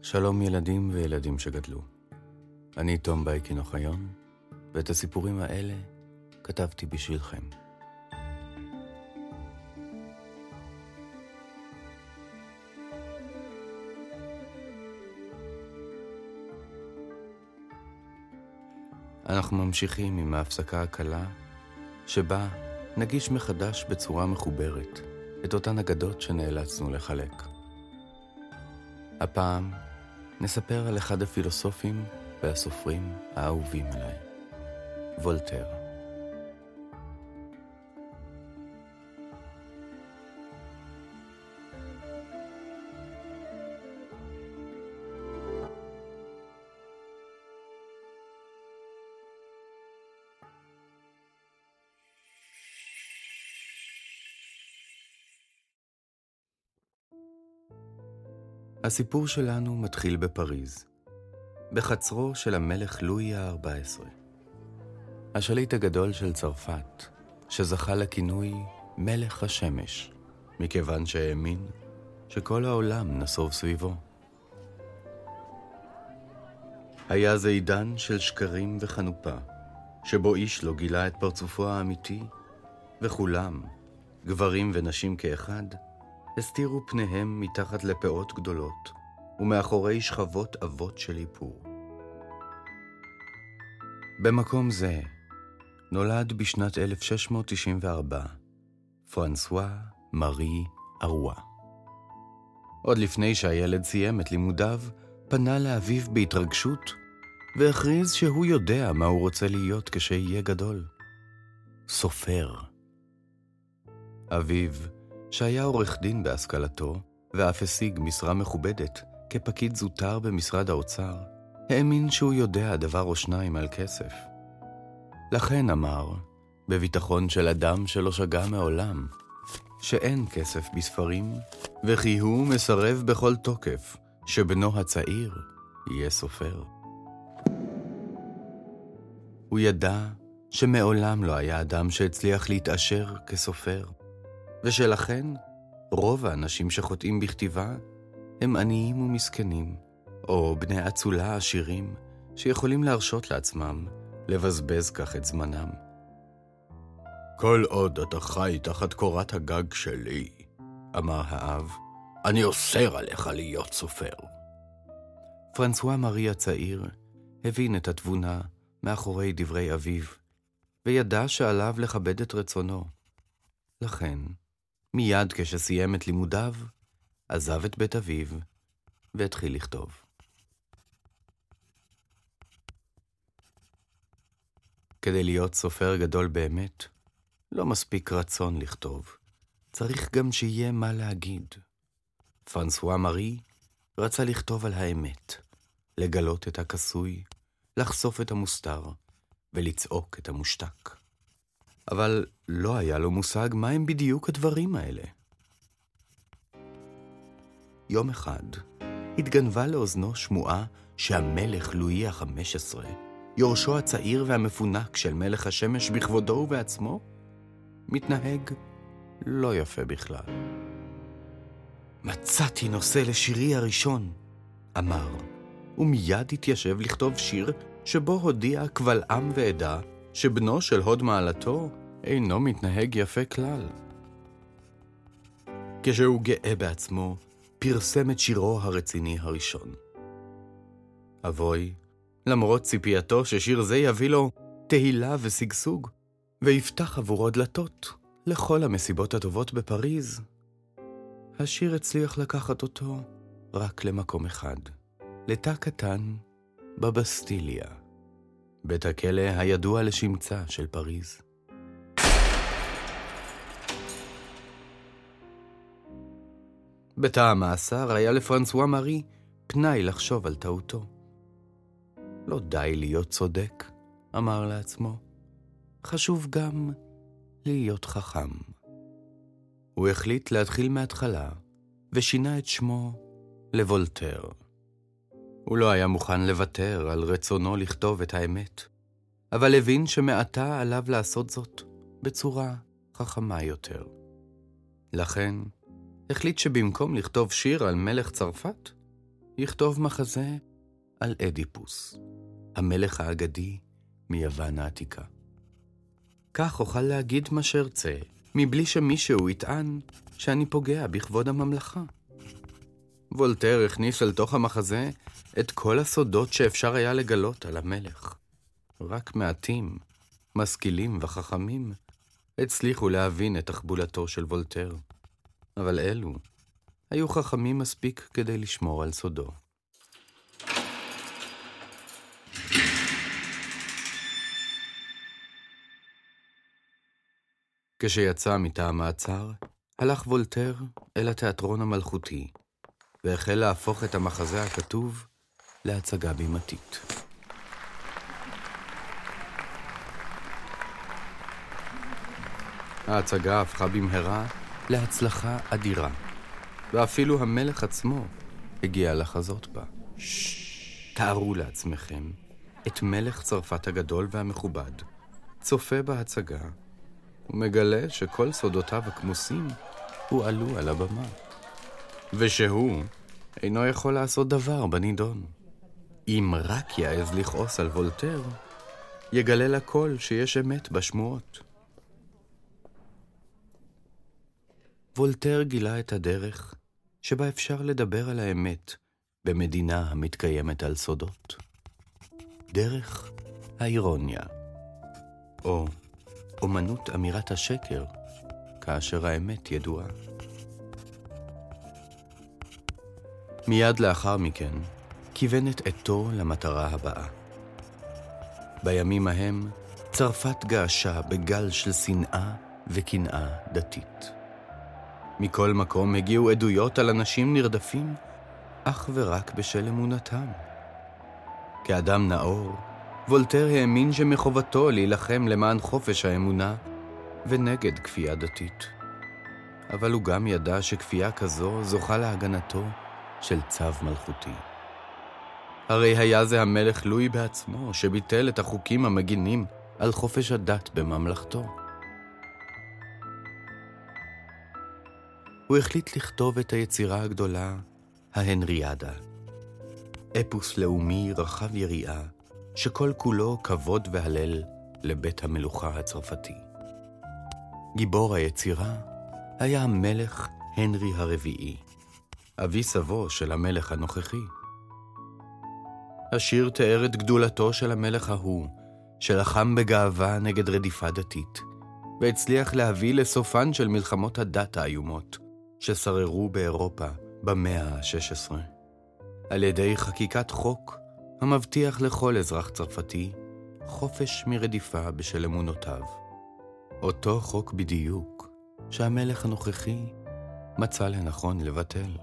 שלום ילדים וילדים שגדלו. אני תום בייקין אוחיון, ואת הסיפורים האלה כתבתי בשבילכם. אנחנו ממשיכים עם ההפסקה הקלה, שבה נגיש מחדש בצורה מחוברת את אותן אגדות שנאלצנו לחלק. הפעם נספר על אחד הפילוסופים והסופרים האהובים עליי, וולטר. הסיפור שלנו מתחיל בפריז, בחצרו של המלך לואי ה-14, השליט הגדול של צרפת, שזכה לכינוי מלך השמש, מכיוון שהאמין שכל העולם נסוב סביבו. היה זה עידן של שקרים וחנופה, שבו איש לא גילה את פרצופו האמיתי, וכולם, גברים ונשים כאחד, הסתירו פניהם מתחת לפאות גדולות ומאחורי שכבות אבות של איפור. במקום זה נולד בשנת 1694 פרנסואה מארי ארואה. עוד לפני שהילד סיים את לימודיו, פנה לאביו בהתרגשות והכריז שהוא יודע מה הוא רוצה להיות כשיהיה גדול. סופר. אביו, שהיה עורך דין בהשכלתו, ואף השיג משרה מכובדת כפקיד זוטר במשרד האוצר, האמין שהוא יודע דבר או שניים על כסף. לכן אמר, בביטחון של אדם שלא שגה מעולם, שאין כסף בספרים, וכי הוא מסרב בכל תוקף שבנו הצעיר יהיה סופר. הוא ידע שמעולם לא היה אדם שהצליח להתעשר כסופר, ושלכן רוב האנשים שחוטאים בכתיבה הם עניים ומסכנים, או בני אצולה עשירים שיכולים להרשות לעצמם לבזבז כך את זמנם. כל עוד אתה חי תחת קורת הגג שלי, אמר האב, אני אוסר עליך להיות סופר. פרנסואה מארי הצעיר הבין את התבונה מאחורי דברי אביו, וידע שעליו לכבד את רצונו. לכן, מיד כשסיים את לימודיו, עזב את בית אביו והתחיל לכתוב. כדי להיות סופר גדול באמת, לא מספיק רצון לכתוב, צריך גם שיהיה מה להגיד. פרנסואה מארי רצה לכתוב על האמת, לגלות את הכסוי, לחשוף את המוסתר ולצעוק את המושתק. אבל לא היה לו מושג מהם בדיוק הדברים האלה. יום אחד התגנבה לאוזנו שמועה שהמלך לואי ה-15, יורשו הצעיר והמפונק של מלך השמש בכבודו ובעצמו, מתנהג לא יפה בכלל. מצאתי נושא לשירי הראשון, אמר, ומיד התיישב לכתוב שיר שבו הודיע קבל עם ועדה שבנו של הוד מעלתו אינו מתנהג יפה כלל. כשהוא גאה בעצמו, פרסם את שירו הרציני הראשון. אבוי, למרות ציפייתו ששיר זה יביא לו תהילה ושגשוג, ויפתח עבורו דלתות לכל המסיבות הטובות בפריז, השיר הצליח לקחת אותו רק למקום אחד, לתא קטן בבסטיליה, בית הכלא הידוע לשמצה של פריז. בתא המאסר היה לפרנסואה מארי פנאי לחשוב על טעותו. לא די להיות צודק, אמר לעצמו, חשוב גם להיות חכם. הוא החליט להתחיל מההתחלה, ושינה את שמו לוולטר. הוא לא היה מוכן לוותר על רצונו לכתוב את האמת, אבל הבין שמעתה עליו לעשות זאת בצורה חכמה יותר. לכן, החליט שבמקום לכתוב שיר על מלך צרפת, יכתוב מחזה על אדיפוס, המלך האגדי מיוון העתיקה. כך אוכל להגיד מה שארצה, מבלי שמישהו יטען שאני פוגע בכבוד הממלכה. וולטר הכניס אל תוך המחזה את כל הסודות שאפשר היה לגלות על המלך. רק מעטים, משכילים וחכמים, הצליחו להבין את תחבולתו של וולטר, אבל אלו היו חכמים מספיק כדי לשמור על סודו. כשיצא מתא המעצר, הלך וולטר אל התיאטרון המלכותי, והחל להפוך את המחזה הכתוב להצגה בימתית. ההצגה הפכה במהרה להצלחה אדירה, ואפילו המלך עצמו הגיע לחזות בה. תארו לעצמכם את מלך צרפת הגדול והמכובד, צופה בהצגה, ומגלה שכל סודותיו הכמוסים הועלו על הבמה, ושהוא אינו יכול לעשות דבר בנידון. אם רק יעז לכעוס על וולטר, יגלה לכל שיש אמת בשמועות. וולטר גילה את הדרך שבה אפשר לדבר על האמת במדינה המתקיימת על סודות. דרך האירוניה, או אומנות אמירת השקר, כאשר האמת ידועה. מיד לאחר מכן, כיוון את עתו למטרה הבאה. בימים ההם, צרפת געשה בגל של שנאה וקנאה דתית. מכל מקום הגיעו עדויות על אנשים נרדפים, אך ורק בשל אמונתם. כאדם נאור, וולטר האמין שמחובתו להילחם למען חופש האמונה ונגד כפייה דתית. אבל הוא גם ידע שכפייה כזו זוכה להגנתו של צו מלכותי. הרי היה זה המלך לואי בעצמו שביטל את החוקים המגינים על חופש הדת בממלכתו. הוא החליט לכתוב את היצירה הגדולה, ההנריאדה. אפוס לאומי רחב יריעה, שכל כולו כבוד והלל לבית המלוכה הצרפתי. גיבור היצירה היה המלך הנרי הרביעי, אבי סבו של המלך הנוכחי. השיר תיאר את גדולתו של המלך ההוא, שלחם בגאווה נגד רדיפה דתית, והצליח להביא לסופן של מלחמות הדת האיומות, ששררו באירופה במאה ה-16, על ידי חקיקת חוק המבטיח לכל אזרח צרפתי חופש מרדיפה בשל אמונותיו. אותו חוק בדיוק שהמלך הנוכחי מצא לנכון לבטל.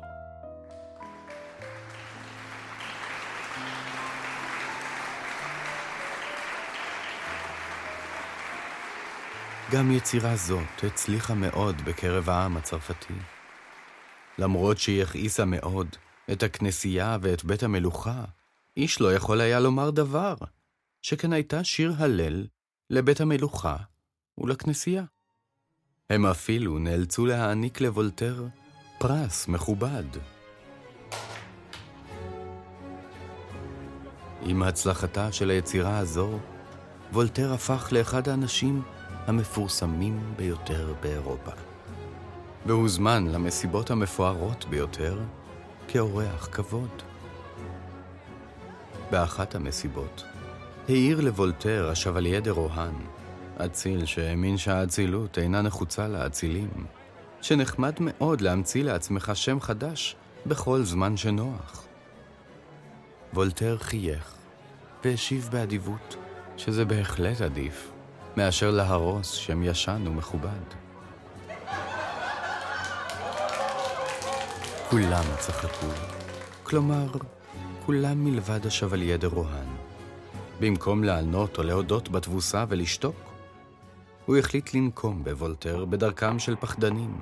גם יצירה זאת הצליחה מאוד בקרב העם הצרפתי. למרות שהיא הכעיסה מאוד את הכנסייה ואת בית המלוכה, איש לא יכול היה לומר דבר, שכן הייתה שיר הלל לבית המלוכה ולכנסייה. הם אפילו נאלצו להעניק לוולטר פרס מכובד. עם הצלחתה של היצירה הזו, וולטר הפך לאחד האנשים המפורסמים ביותר באירופה, והוזמן למסיבות המפוארות ביותר כאורח כבוד. באחת המסיבות העיר לוולטר השבליה דה רוהן, אציל שהאמין שהאצילות אינה נחוצה לאצילים, שנחמד מאוד להמציא לעצמך שם חדש בכל זמן שנוח. וולטר חייך והשיב באדיבות שזה בהחלט עדיף מאשר להרוס שם ישן ומכובד. כולם צחקו, כלומר, כולם מלבד השבליה דה רוהן. במקום לענות או להודות בתבוסה ולשתוק, הוא החליט לנקום בוולטר בדרכם של פחדנים.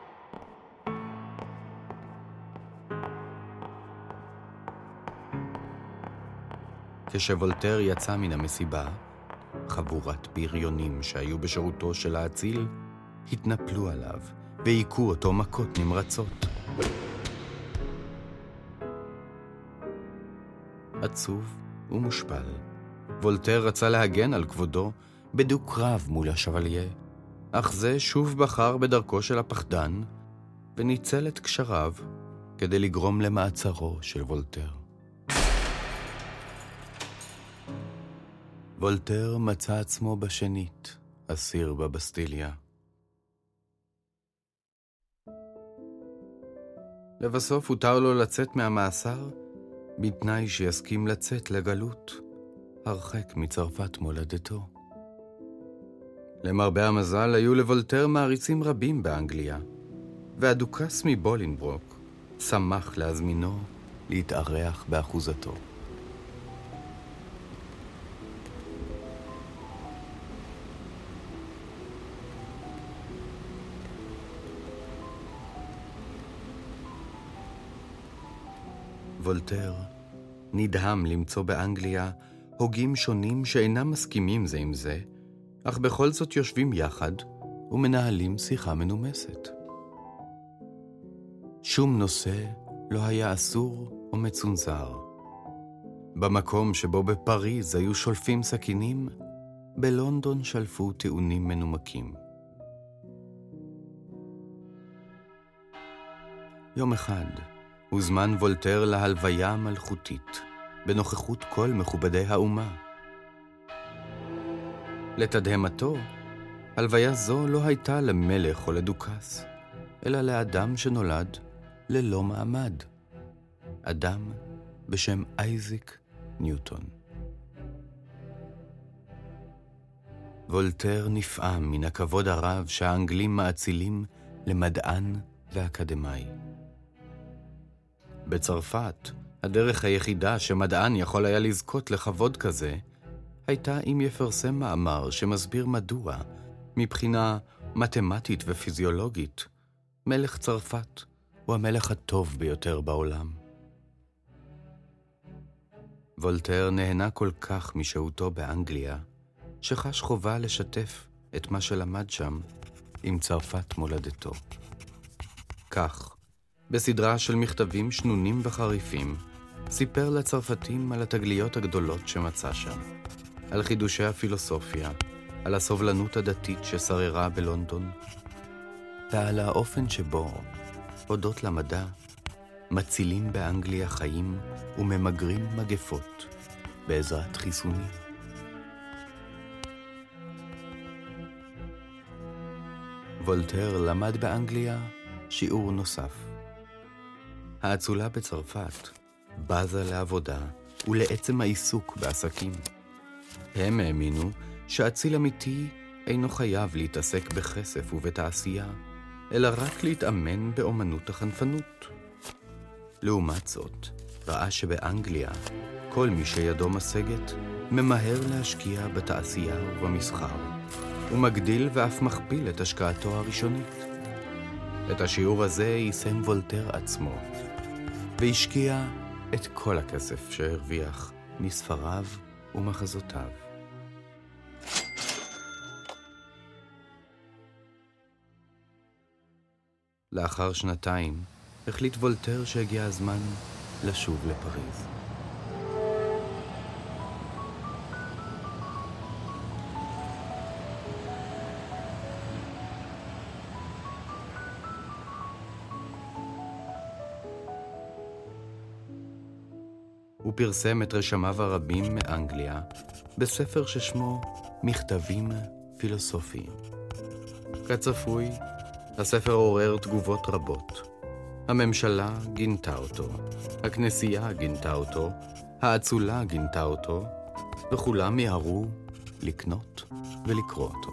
כשוולטר יצא מן המסיבה, חבורת בריונים שהיו בשירותו של האציל התנפלו עליו והיכו אותו מכות נמרצות. עצוב ומושפל. וולטר רצה להגן על כבודו בדו-קרב מול השבליה, אך זה שוב בחר בדרכו של הפחדן, וניצל את קשריו כדי לגרום למעצרו של וולטר. וולטר מצא עצמו בשנית אסיר בבסטיליה. לבסוף הותר לו לצאת מהמאסר, בתנאי שיסכים לצאת לגלות, הרחק מצרפת מולדתו. למרבה המזל היו לוולטר מעריצים רבים באנגליה, והדוכס מבולינברוק שמח להזמינו להתארח באחוזתו. וולטר נדהם למצוא באנגליה הוגים שונים שאינם מסכימים זה עם זה, אך בכל זאת יושבים יחד ומנהלים שיחה מנומסת. שום נושא לא היה אסור או מצונזר. במקום שבו בפריז היו שולפים סכינים, בלונדון שלפו טיעונים מנומקים. יום אחד הוזמן וולטר להלוויה המלכותית, בנוכחות כל מכובדי האומה. לתדהמתו, הלוויה זו לא הייתה למלך או לדוכס, אלא לאדם שנולד ללא מעמד. אדם בשם אייזק ניוטון. וולטר נפעם מן הכבוד הרב שהאנגלים מאצילים למדען ואקדמאי. בצרפת, הדרך היחידה שמדען יכול היה לזכות לכבוד כזה, הייתה אם יפרסם מאמר שמסביר מדוע, מבחינה מתמטית ופיזיולוגית, מלך צרפת הוא המלך הטוב ביותר בעולם. וולטר נהנה כל כך משהותו באנגליה, שחש חובה לשתף את מה שלמד שם עם צרפת מולדתו. כך, בסדרה של מכתבים שנונים וחריפים, סיפר לצרפתים על התגליות הגדולות שמצא שם, על חידושי הפילוסופיה, על הסובלנות הדתית ששררה בלונדון, ועל האופן שבו, הודות למדע, מצילים באנגליה חיים וממגרים מגפות בעזרת חיסונים. וולטר למד באנגליה שיעור נוסף. האצולה בצרפת בזה לעבודה ולעצם העיסוק בעסקים. הם האמינו שאציל אמיתי אינו חייב להתעסק בכסף ובתעשייה, אלא רק להתאמן באומנות החנפנות. לעומת זאת, ראה שבאנגליה כל מי שידו משגת ממהר להשקיע בתעשייה ובמסחר, ומגדיל ואף מכפיל את השקעתו הראשונית. את השיעור הזה יישם וולטר עצמו, והשקיע את כל הכסף שהרוויח מספריו ומחזותיו. לאחר שנתיים החליט וולטר שהגיע הזמן לשוב לפריז. הוא פרסם את רשמיו הרבים מאנגליה בספר ששמו מכתבים פילוסופיים. כצפוי, הספר עורר תגובות רבות. הממשלה גינתה אותו, הכנסייה גינתה אותו, האצולה גינתה אותו, וכולם מיהרו לקנות ולקרוא אותו.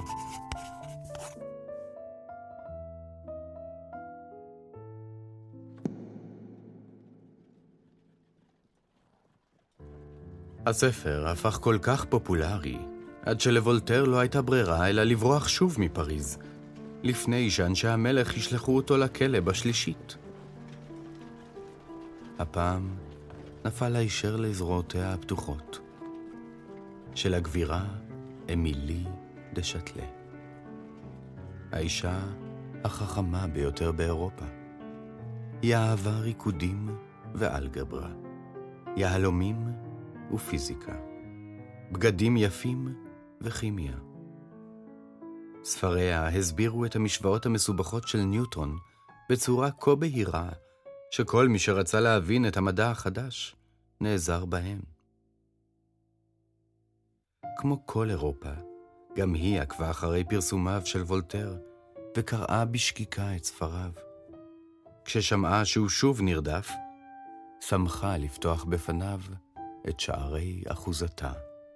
הספר הפך כל כך פופולרי, עד שלוולטר לא הייתה ברירה אלא לברוח שוב מפריז, לפני שאנשי המלך ישלחו אותו לכלא בשלישית. הפעם נפל הישר לזרועותיה הפתוחות של הגבירה אמילי דה שטלה, האישה החכמה ביותר באירופה. היא אהבה ריקודים ואלגברה, יהלומים ופיזיקה, בגדים יפים וכימיה. ספריה הסבירו את המשוואות המסובכות של ניוטון בצורה כה בהירה, שכל מי שרצה להבין את המדע החדש נעזר בהם. כמו כל אירופה, גם היא עקבה אחרי פרסומיו של וולטר, וקראה בשקיקה את ספריו. כששמעה שהוא שוב נרדף, שמחה לפתוח בפניו את שערי אחוזתה.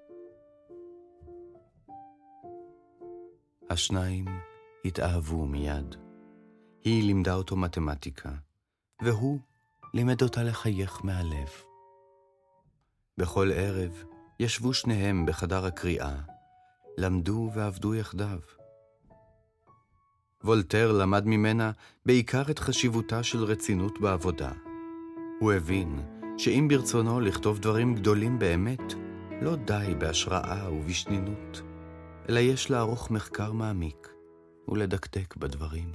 השניים התאהבו מיד. היא לימדה אותו מתמטיקה, והוא לימד אותה לחייך מהלב. בכל ערב ישבו שניהם בחדר הקריאה, למדו ועבדו יחדיו. וולטר למד ממנה בעיקר את חשיבותה של רצינות בעבודה. הוא הבין שאם ברצונו לכתוב דברים גדולים באמת, לא די בהשראה ובשנינות, אלא יש לערוך מחקר מעמיק ולדקדק בדברים.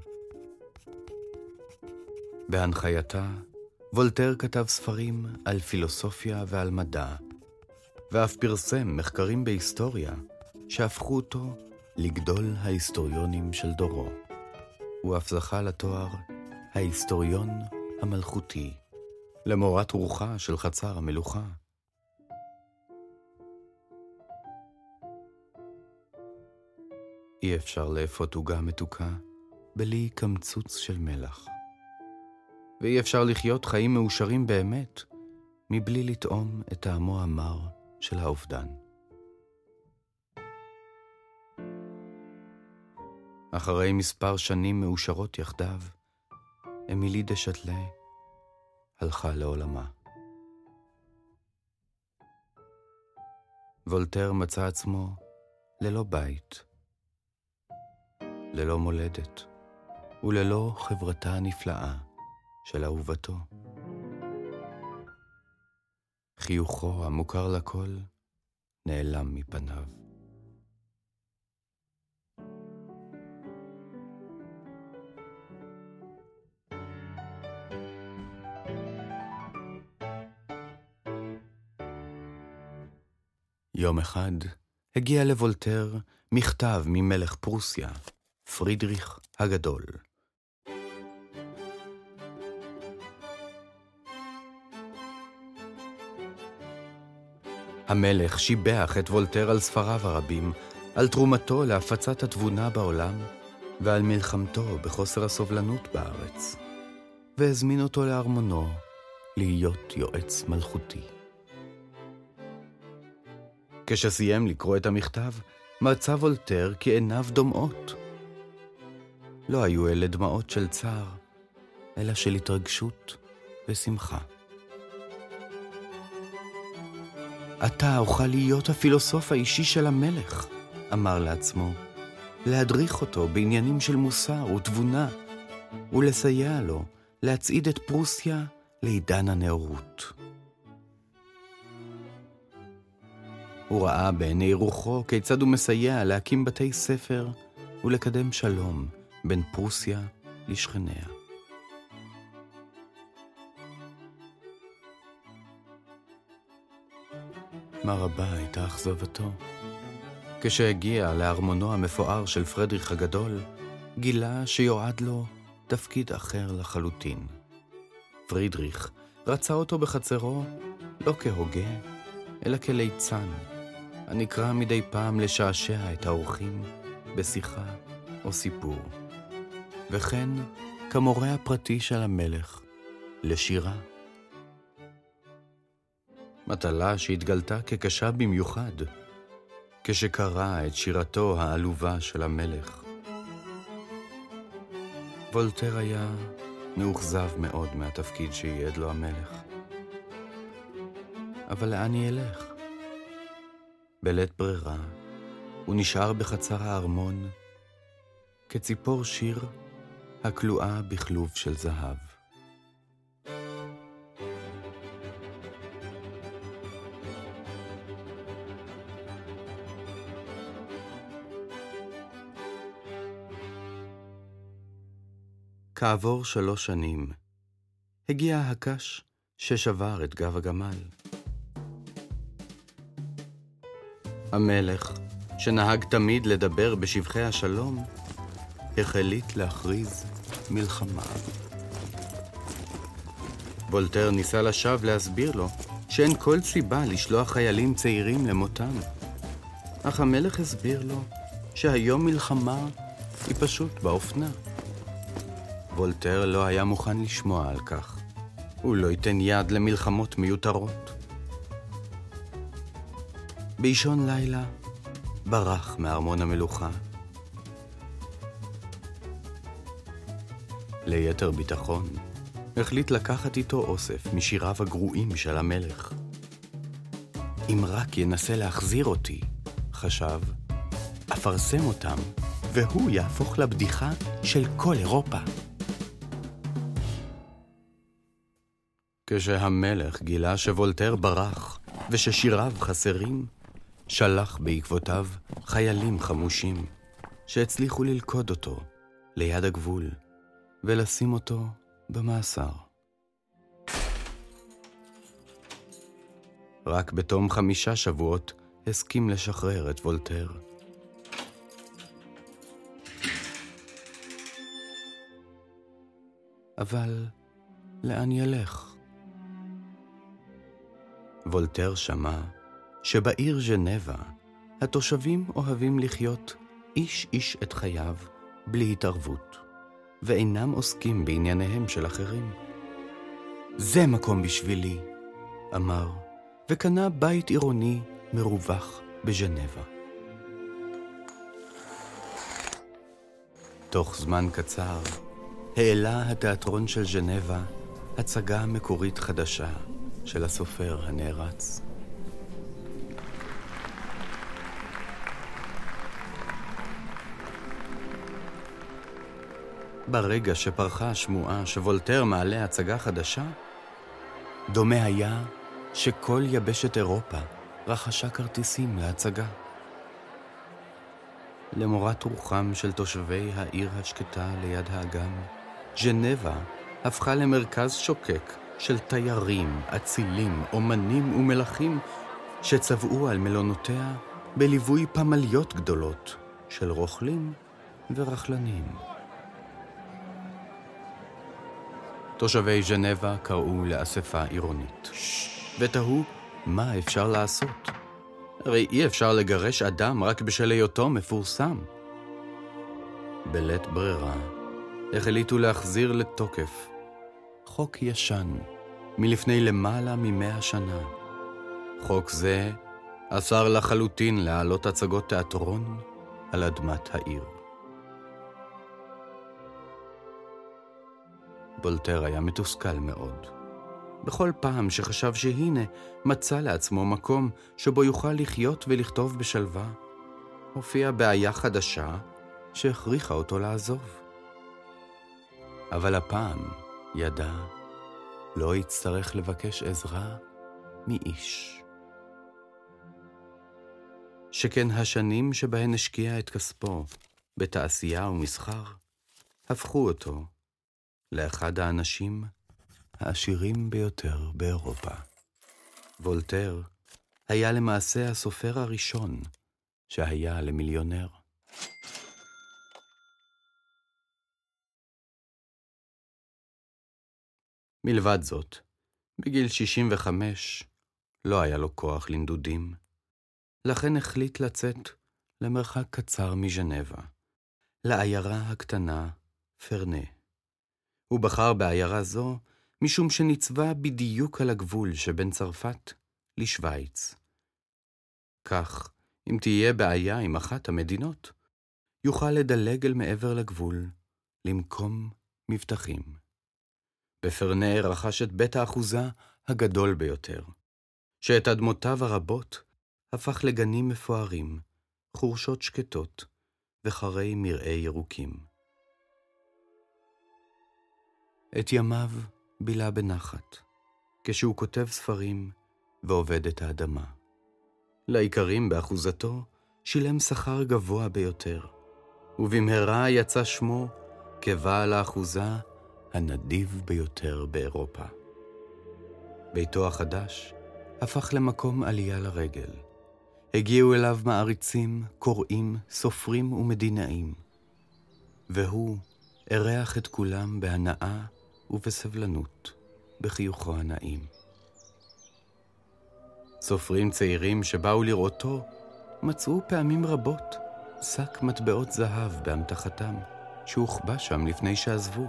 בהנחייתה, וולטר כתב ספרים על פילוסופיה ועל מדע, ואף פרסם מחקרים בהיסטוריה שהפכו אותו לגדול ההיסטוריונים של דורו. הוא אף זכה לתואר ההיסטוריון המלכותי, למורת רוחה של חצר המלוכה. אי אפשר לאפות עוגה מתוקה בלי קמצוץ של מלח. ואי אפשר לחיות חיים מאושרים באמת מבלי לטעום את טעמו המר של האובדן. אחרי מספר שנים מאושרות יחדיו, אמילי דה שטלה הלכה לעולמה. וולטר מצא עצמו ללא בית, ללא מולדת, וללא חברתה הנפלאה של אהובתו. חיוכו המוכר לכל נעלם מפניו. יום אחד הגיע לוולטר מכתב ממלך פרוסיה, פרידריך הגדול. המלך שיבח את וולטר על ספריו הרבים, על תרומתו להפצת התבונה בעולם, ועל מלחמתו בחוסר הסובלנות בארץ, והזמין אותו לארמונו להיות יועץ מלכותי. כשסיים לקרוא את המכתב, מצא וולטר כי עיניו דומעות. לא היו אלה דמעות של צער, אלא של התרגשות ושמחה. אתה אוכל להיות הפילוסוף האישי של המלך, אמר לעצמו, להדריך אותו בעניינים של מוסר ותבונה, ולסייע לו להצעיד את פרוסיה לעידן הנאורות. הוא ראה בעיני רוחו כיצד הוא מסייע להקים בתי ספר ולקדם שלום בין פרוסיה לשכניה. מה רבה הייתה אכזבתו. כשהגיע לארמונו המפואר של פרידריך הגדול, גילה שיועד לו תפקיד אחר לחלוטין. פרידריך רצה אותו בחצרו לא כהוגה, אלא כליצן, הנקרא מדי פעם לשעשע את האורחים בשיחה או סיפור, וכן כמורה הפרטי של המלך לשירה. מטלה שהתגלתה כקשה במיוחד, כשקרא את שירתו העלובה של המלך. וולטר היה מאוכזב מאוד מהתפקיד שייעד לו המלך. אבל לאן ילך? בלית ברירה, הוא נשאר בחצר הארמון, כציפור שיר הכלואה בכלוב של זהב. כעבור 3 שנים, הגיע הקש ששבר את גב הגמל. המלך, שנהג תמיד לדבר בשבחי השלום, החליט להכריז מלחמה. וולטר ניסה לשווא להסביר לו שאין כל סיבה לשלוח חיילים צעירים למותם. אך המלך הסביר לו שהיום מלחמה היא פשוט באופנה. וולטר לא היה מוכן לשמוע על כך. הוא לא ייתן יד למלחמות מיותרות. באישון לילה ברח מארמון המלוכה. ליתר ביטחון, החליט לקחת איתו אוסף משיריו הגרועים של המלך. אם רק ינסה להחזיר אותי, חשב, אפרסם אותם, והוא יהפוך לבדיחה של כל אירופה. כשהמלך גילה שוולטר ברח וששיריו חסרים, שלח בעקבותיו חיילים חמושים שהצליחו ללכוד אותו ליד הגבול ולשים אותו במאסר. רק בתום 5 שבועות הסכים לשחרר את וולטר. אבל לאן ילך? וולטר שמע שבעיר ז'נבה התושבים אוהבים לחיות איש איש את חייו בלי התערבות, ואינם עוסקים בענייניהם של אחרים. זה מקום בשבילי, אמר, וקנה בית עירוני מרווח בז'נבה. תוך זמן קצר העלה התיאטרון של ז'נבה הצגה מקורית חדשה של הסופר הנערץ. ברגע שפרחה השמועה שוולטר מעלה הצגה חדשה, דומה היה שכל יבשת אירופה רכשה כרטיסים להצגה. למורת רוחם של תושבי העיר השקטה ליד האגם, ז'נבה הפכה למרכז שוקק של תיירים, אצילים, אומנים ומלכים שצבעו על מלונותיה בליווי פמליות גדולות של רוכלים ורחלנים. תושבי ז'נבה קראו לאספה עירונית, ותהו מה אפשר לעשות. הרי אי אפשר לגרש אדם רק בשל היותו מפורסם. בלית ברירה החליטו להחזיר לתוקף חוק ישן מלפני למעלה מ100 שנה. חוק זה אסר לחלוטין להעלות הצגות תיאטרון על אדמת העיר. וולטר היה מתוסכל מאוד. בכל פעם שחשב שהנה מצא לעצמו מקום שבו יוכל לחיות ולכתוב בשלווה, הופיעה בעיה חדשה שהכריחה אותו לעזוב. אבל הפעם ידע, לא יצטרך לבקש עזרה מאיש. שכן השנים שבהן השקיע את כספו בתעשייה ומסחר, הפכו אותו לאחד האנשים העשירים ביותר באירופה. וולטר היה למעשה הסופר הראשון שהיה למיליונר. מלבד זאת, בגיל 65 לא היה לו כוח לנדודים, לכן החליט לצאת למרחק קצר מז'נבה, לעיירה הקטנה פרנה. הוא בחר בעיירה זו משום שניצבה בדיוק על הגבול שבין צרפת לשוויץ. כך, אם תהיה בעיה עם אחת המדינות, יוכל לדלג אל מעבר לגבול, למקום מבטחים. בפרנה רכש את בית האחוזה הגדול ביותר, שאת אדמותיו הרבות הפך לגנים מפוארים, חורשות שקטות וחרי מרעה ירוקים. את ימיו בילה בנחת, כשהוא כותב ספרים ועובד את האדמה. לעיקרים באחוזתו שילם שכר גבוה ביותר, ובמהרה יצא שמו כבעל האחוזה הנדיב ביותר באירופה. ביתו החדש הפך למקום עלייה לרגל, הגיעו אליו מעריצים, קוראים, סופרים ומדינאים, והוא אירח את כולם בהנאה ובסבלנות, בחיוכו הנעים. סופרים צעירים שבאו לראותו מצאו פעמים רבות שק מטבעות זהב באמתחתם, שהוחבא שם לפני שעזבו.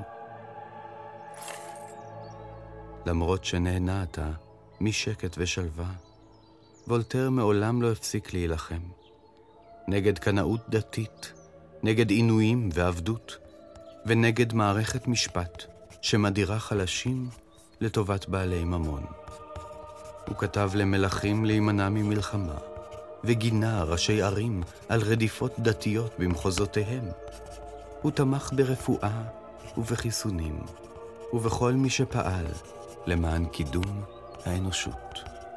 למרות שנהנה אתה משקט ושלווה, וולטר מעולם לא הפסיק להילחם. נגד קנאות דתית, נגד עינויים ועבדות, ונגד מערכת משפט שמדירה חלשים לטובת בעלי ממון. הוא כתב למלכים להימנע ממלחמה, וגינה ראשי ערים על רדיפות דתיות במחוזותיהם. הוא תמך ברפואה ובחיסונים, ובכל מי שפעל למען קידום האנושות.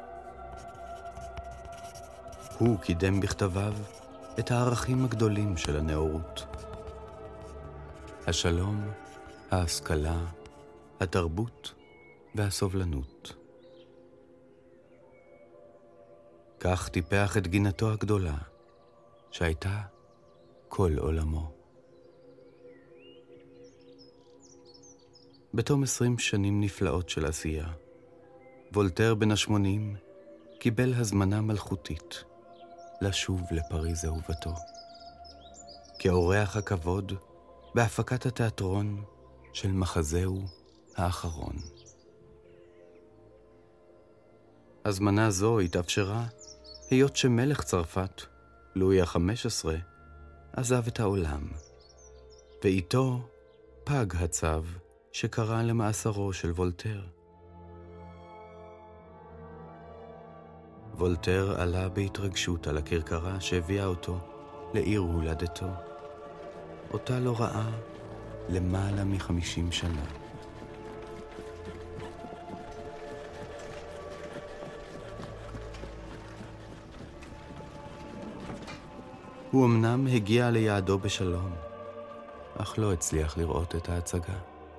הוא קידם בכתביו את הערכים הגדולים של הנאורות. השלום, ההשכלה, התרבות והסובלנות. כך טיפח את גינתו הגדולה, שהייתה כל עולמו. בתום 20 שנים נפלאות של עשייה, וולטר בן ה-80 קיבל הזמנה מלכותית לשוב לפריז אהובתו, כאורח הכבוד בהפקת התיאטרון של מחזהו האחרון. הזמנה זו התאפשרה היות שמלך צרפת, לואי ה-15, עזב את העולם, ואיתו פג הצו שקרא למאסרו של וולטר. וולטר עלה בהתרגשות על הכרכרה שהביאה אותו לעיר הולדתו, אותה לא ראה למעלה מ-50 שנה. הוא אמנם הגיע ליעדו בשלום, אך לא הצליח לראות את ההצגה.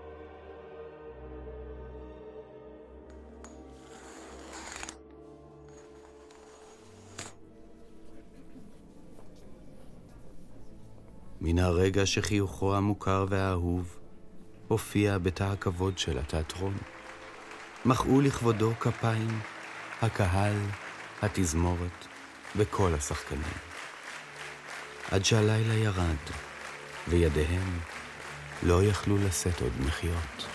מן הרגע שחיוכו המוכר והאהוב הופיע בתא הכבוד של התיאטרון, מחאו לכבודו כפיים הקהל, התזמורת וכל השחקנים. עד שהלילה ירד, וידיהם לא יכלו לשאת עוד מחיות.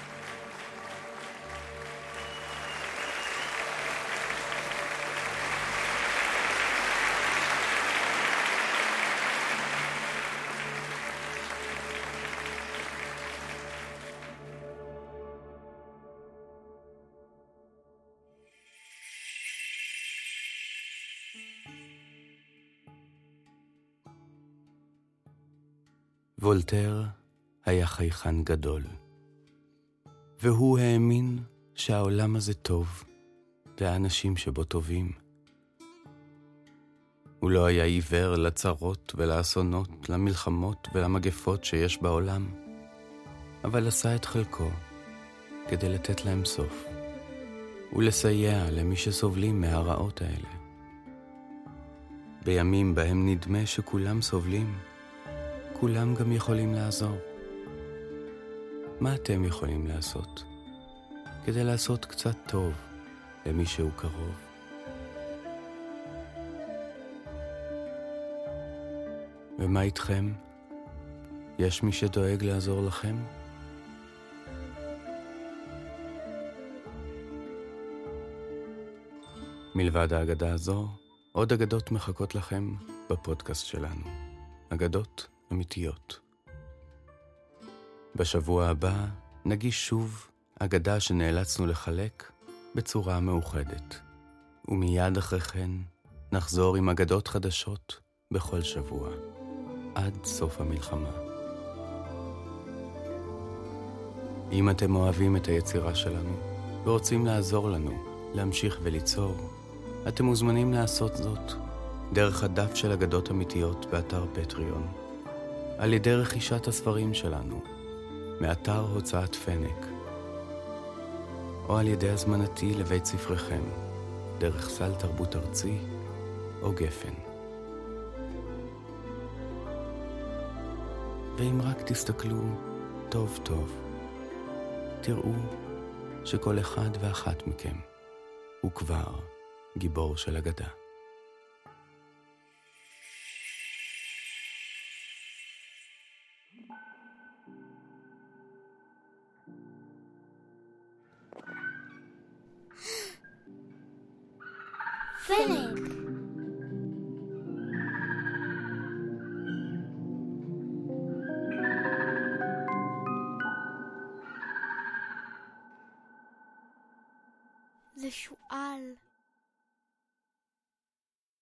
וולטר היה חייכן גדול, והוא האמין שהעולם הזה טוב, והאנשים שבו טובים. הוא לא היה עיוור לצרות ולאסונות, למלחמות ולמגפות שיש בעולם, אבל עשה את חלקו כדי לתת להם סוף, ולסייע למי שסובלים מהרעות האלה. בימים בהם נדמה שכולם סובלים, כולם גם יכולים לעזור. מה אתם יכולים לעשות כדי לעשות קצת טוב למי שהוא קרוב? ומה איתכם? יש מי שדואג לעזור לכם? מלבד האגדה הזו, עוד אגדות מחכות לכם בפודקאסט שלנו. אגדות אמיתיות. בשבוע הבא נגיש שוב אגדה שנאלצנו לחלק בצורה מאוחדת. ומיד אחרי כן נחזור עם אגדות חדשות בכל שבוע, עד סוף המלחמה. אם אתם אוהבים את היצירה שלנו ורוצים לעזור לנו להמשיך וליצור, אתם מוזמנים לעשות זאת דרך הדף של אגדות אמיתיות באתר פטריון, על ידי רכישת הספרים שלנו מאתר הוצאת פנק, או על ידי הזמנתי לבית ספריכם דרך סל תרבות ארצי או גפן. ואם רק תסתכלו טוב טוב, תראו שכל אחד ואחת מכם הוא כבר גיבור של אגדה. פלג. זה שואל.